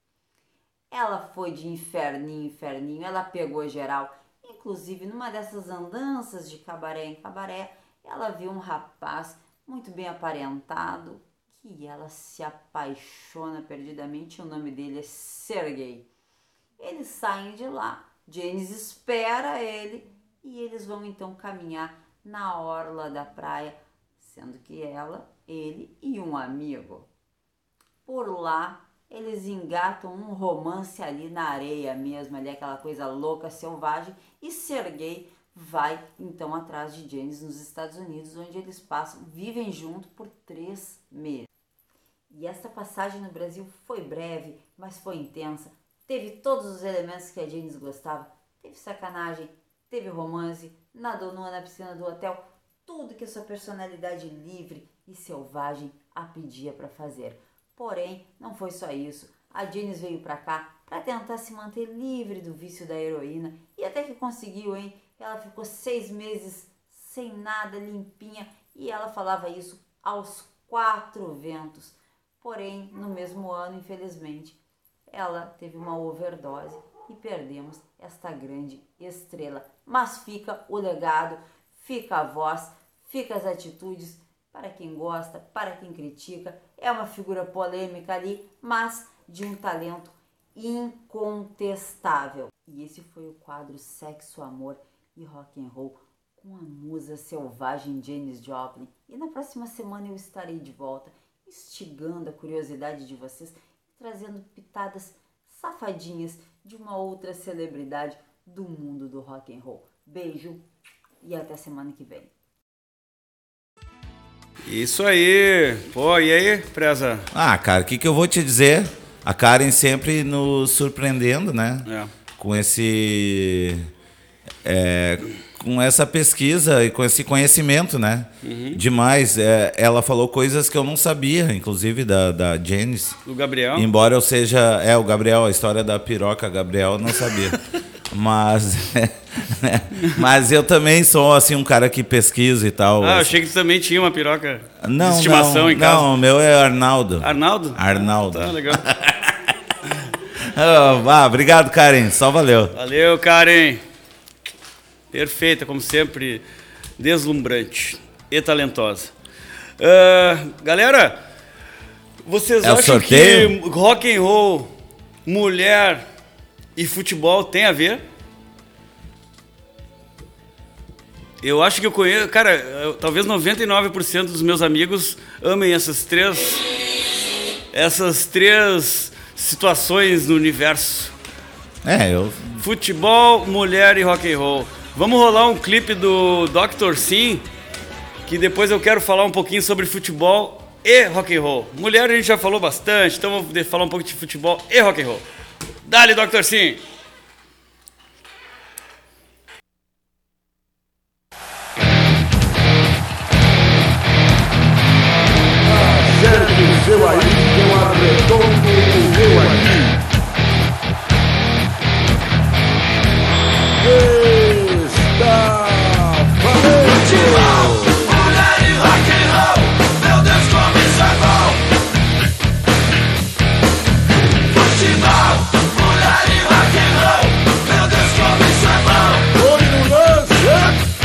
Ela foi de inferninho em inferninho. Ela pegou geral. Inclusive, numa dessas andanças de cabaré em cabaré, ela viu um rapaz muito bem aparentado que ela se apaixona perdidamente. O nome dele é Sergei. Eles saem de lá. Janis espera ele e eles vão então caminhar na orla da praia, sendo que ela, ele e um amigo. Por lá, eles engatam um romance ali na areia mesmo, ali aquela coisa louca, selvagem, e Sergei vai então atrás de Janis nos Estados Unidos, onde eles passam, vivem junto por três meses. E essa passagem no Brasil foi breve, mas foi intensa. Teve todos os elementos que a Janis gostava. Teve sacanagem, teve romance, nadou nua na piscina do hotel, tudo que a sua personalidade livre e selvagem a pedia para fazer. Porém, não foi só isso. A Janis veio para cá para tentar se manter livre do vício da heroína e até que conseguiu, hein? Ela ficou seis meses sem nada, limpinha, e ela falava isso aos quatro ventos. Porém, no mesmo ano, infelizmente, ela teve uma overdose e perdemos esta grande estrela. Mas fica o legado, fica a voz, fica as atitudes, para quem gosta, para quem critica. É uma figura polêmica ali, mas de um talento incontestável. E esse foi o quadro Sexo, Amor e Rock and Roll com a musa selvagem Janis Joplin. E na próxima semana eu estarei de volta, instigando a curiosidade de vocês, trazendo pitadas safadinhas de uma outra celebridade do mundo do rock and roll. Beijo e até semana que vem. Isso aí. Pô, e aí, Preza? Ah, cara, o que, que eu vou te dizer? A Karen sempre nos surpreendendo, né? É. Com esse... É, com essa pesquisa e com esse conhecimento, né? Uhum. Demais. É, ela falou coisas que eu não sabia, inclusive da, da Janis. Do Gabriel? Embora eu seja... É, o Gabriel, a história da piroca Gabriel, eu não sabia. Mas... É, mas eu também sou, assim, um cara que pesquisa e tal. Ah, eu assim. achei que tu também tinha uma piroca não, de estimação não, em casa. Não, o meu é Arnaldo. Arnaldo? Arnaldo. Tá, legal. oh, ah, obrigado, Karen. Só valeu. Valeu, Karen. Perfeita, como sempre, deslumbrante e talentosa. Uh, galera, vocês é acham sorteio? que rock and roll, mulher e futebol tem a ver? Eu acho que eu conheço... Cara, eu, talvez noventa e nove por cento dos meus amigos amem essas três... Essas três situações no universo. É, eu... Futebol, mulher e rock and roll. Vamos rolar um clipe do doutor Sim, que depois eu quero falar um pouquinho sobre futebol e rock and roll. Mulher a gente já falou bastante, então vou falar um pouco de futebol e rock and roll. Dale, doutor Sim! Acerte o seu aí, que eu arredondo o meu aqui. Está valendo! Futebol, mulher e rock and roll, meu Deus como isso é bom! Futebol, mulher e rock and roll, meu Deus como isso é bom! Foi no lance!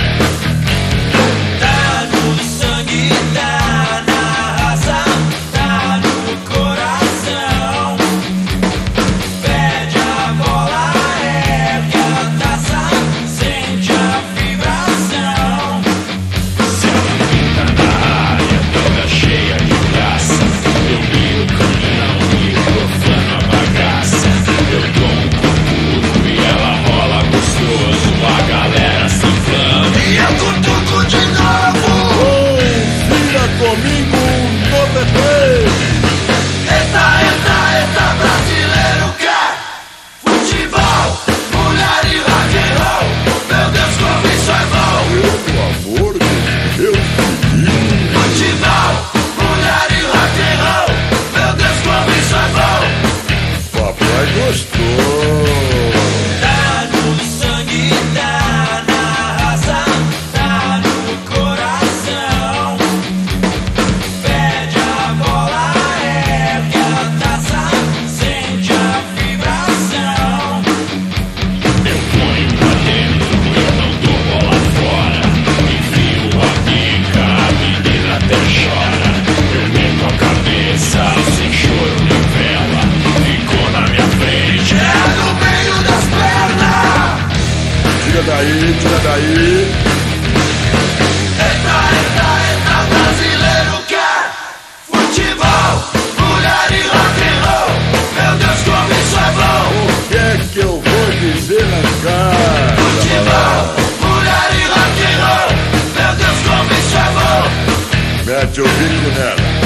daí, tira daí. Entra, entra, entra, brasileiro quer futebol, mulher e rock and roll. Meu Deus, como isso é bom. O que é que eu vou dizer na cara? Futebol, mulher e rock and roll. Meu Deus, como isso é bom. Mete o bico nela.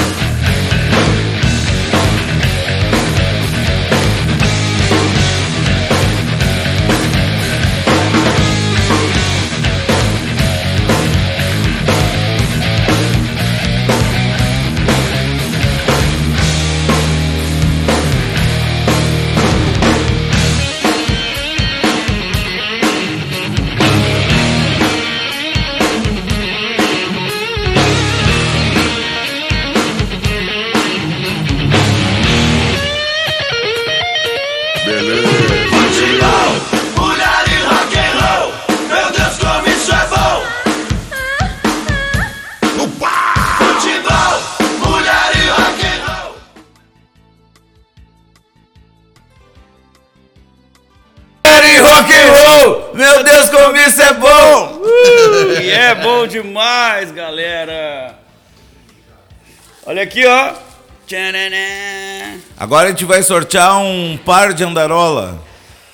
Meu Deus, como isso é bom! E é bom demais, galera! Olha aqui, ó. Tchananã. Agora a gente vai sortear um par de andarola.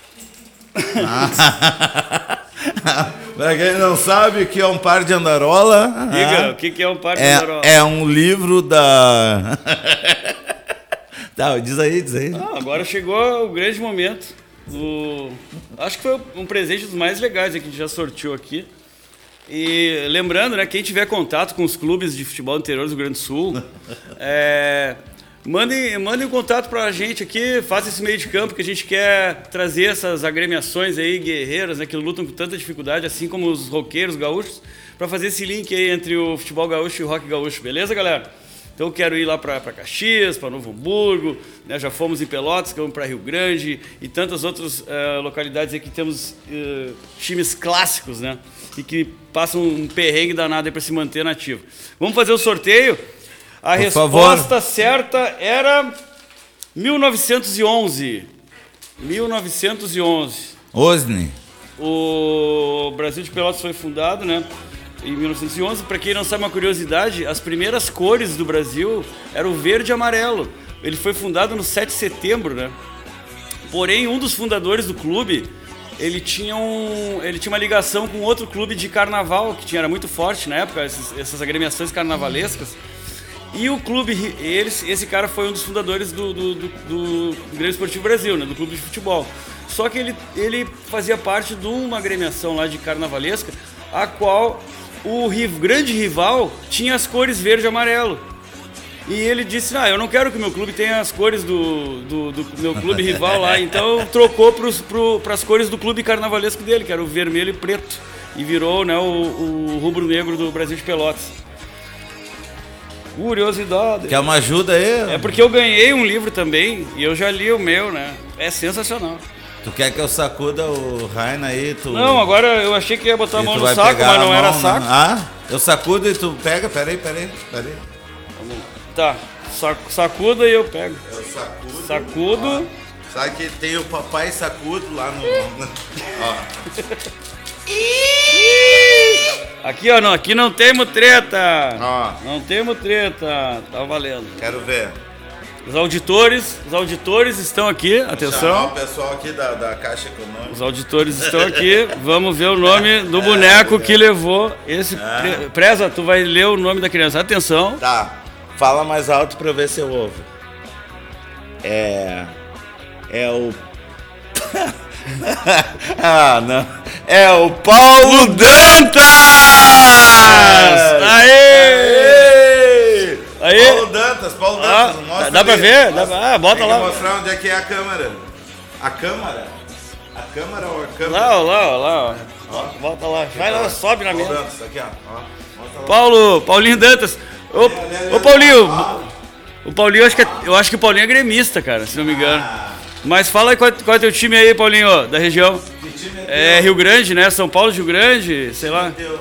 Pra quem não sabe o que é um par de andarola... Diga, o que, que é um par de é, andarola? É um livro da... Tá, diz aí, diz aí. Ah, agora chegou o grande momento. Do... Acho que foi um presente dos mais legais que a gente já sorteou aqui. E lembrando, né, quem tiver contato com os clubes de futebol do interior do Rio Grande do Sul, é, mandem, mandem um contato pra gente aqui, faça esse meio de campo que a gente quer trazer essas agremiações aí, guerreiras, né, que lutam com tanta dificuldade, assim como os roqueiros gaúchos, para fazer esse link aí entre o futebol gaúcho e o rock gaúcho, beleza, galera? Então eu quero ir lá para Caxias, para Novo Hamburgo, né? Já fomos em Pelotas, vamos para Rio Grande e tantas outras uh, localidades aí que temos uh, times clássicos, né? E que passam um perrengue danado aí para se manter nativo. Vamos fazer o sorteio? A Por resposta favor. certa era mil novecentos e onze. mil novecentos e onze. Osni. O Brasil de Pelotas foi fundado, né? Em mil novecentos e onze, para quem não sabe uma curiosidade, as primeiras cores do Brasil eram o verde e amarelo. Ele foi fundado no sete de setembro, né? Porém, um dos fundadores do clube, ele tinha, um, ele tinha uma ligação com outro clube de carnaval, que tinha, era muito forte na época, esses, essas agremiações carnavalescas. E o clube, eles, esse cara foi um dos fundadores do, do, do, do Grêmio Esportivo Brasil, né? Do clube de futebol. Só que ele, ele fazia parte de uma agremiação lá de carnavalesca, a qual o grande rival tinha as cores verde e amarelo. E ele disse, ah, eu não quero que o meu clube tenha as cores do, do, do meu clube rival lá. Então trocou para as cores do clube carnavalesco dele, que era o vermelho e preto. E virou, né, o, o rubro-negro do Brasil de Pelotas. Curiosidade. Quer uma ajuda aí? É porque eu ganhei um livro também e eu já li o meu, né? É sensacional. Tu quer que eu sacuda o Raina aí? Tu... Não, agora eu achei que ia botar a E mão tu no vai saco, pegar mas a não era mão, saco. né? Ah, eu sacudo e tu pega? Peraí, peraí, peraí. Tá, sac- sacuda e eu pego. Eu sacudo. Sacudo. Ó, sabe que tem o papai sacudo lá no... Ó. Aqui, ó, não, aqui não temos treta. Ó. Não temos treta. Tá valendo. Quero ver. Os auditores, os auditores estão aqui, Chamar atenção. o pessoal aqui da, da Caixa Econômica. Os auditores estão aqui. Vamos ver o nome do boneco que levou esse. Ah. Pre- Preza, tu vai ler o nome da criança. Atenção. Tá. Fala mais alto pra eu ver se eu ouvo. É. É o. Ah, não. É o Paulo Dantas! Aê! Aê! Paulo Dantas, Paulo Ah, Dantas. mostra dá pra ali. ver? Dá Mostra. pra- ah, bota Tem que lá. mostrar onde é que é a câmera. A câmera? A câmera ou a câmera? Lá, ó, lá, ó, lá, ó. Volta lá. Vai lá, sobe na Paulo mesa. Dantas, aqui, ó. Ó, mostra lá. Paulo, Paulinho Dantas. Ô, ô Paulinho. O Paulinho, eu acho, que é- eu acho que o Paulinho é gremista, cara, se não me engano. Mas fala aí qual, qual é teu time aí, Paulinho, da região. Que time é É teu? Rio Grande, né? São Paulo, Rio Grande, sei lá. Teu.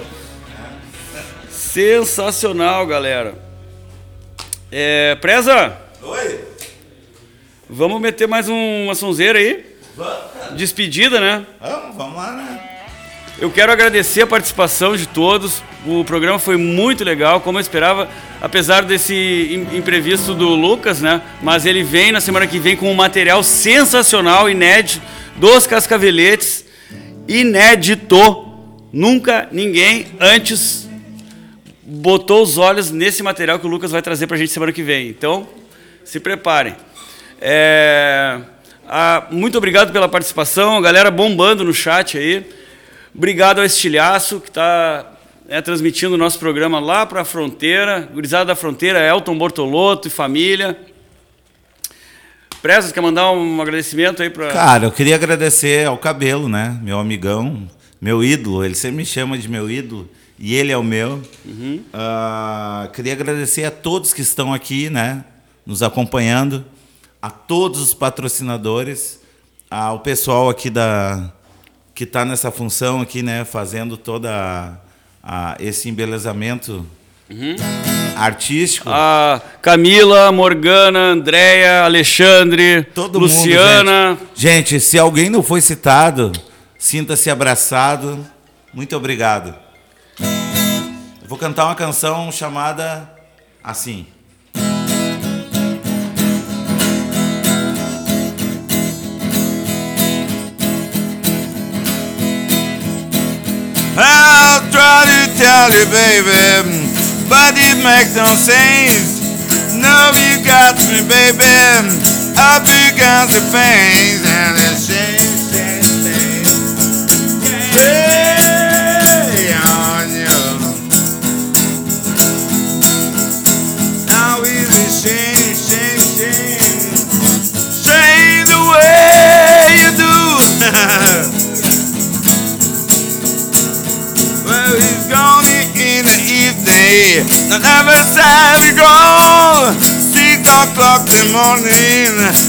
Sensacional, galera. É, Preza, Oi? vamos meter mais um, uma sonzeira aí? Vamos, cara. Despedida, né? Vamos, vamos lá, né? Eu quero agradecer a participação de todos. O programa foi muito legal, como eu esperava, apesar desse imprevisto do Lucas, né? Mas ele vem na semana que vem com um material sensacional, inédito, dos Cascaveletes. Inédito. Nunca ninguém antes botou os olhos nesse material que o Lucas vai trazer pra gente semana que vem. Então, se preparem. É... Ah, muito obrigado pela participação, a galera bombando no chat aí. Obrigado ao Estilhaço, que está é, transmitindo o nosso programa lá para a fronteira. Gurizada da fronteira, Elton Bortolotto e família. Prezas, quer mandar um agradecimento aí para... Cara, eu queria agradecer ao Cabelo, né? Meu amigão, meu ídolo. Ele sempre me chama de meu ídolo e ele é o meu. Uhum. Uh, queria agradecer a todos que estão aqui, né? Nos acompanhando. A todos os patrocinadores. Ao pessoal aqui da... que está nessa função aqui, né, fazendo toda a, a, esse embelezamento uhum. artístico. A Camila, Morgana, Andréia, Alexandre, todo Luciana. Mundo, gente. gente, se alguém não foi citado, sinta-se abraçado. Muito obrigado. Eu vou cantar uma canção chamada assim. I'll try to tell you, baby, but it makes no sense. No, you got me, baby, up against the fence, and it's shame, shame, shame. Hey, on you. Now it's a shame, shame, shame. Shame the way you do. Well, he's gone in the evening. The never time we go. Six o'clock in the morning.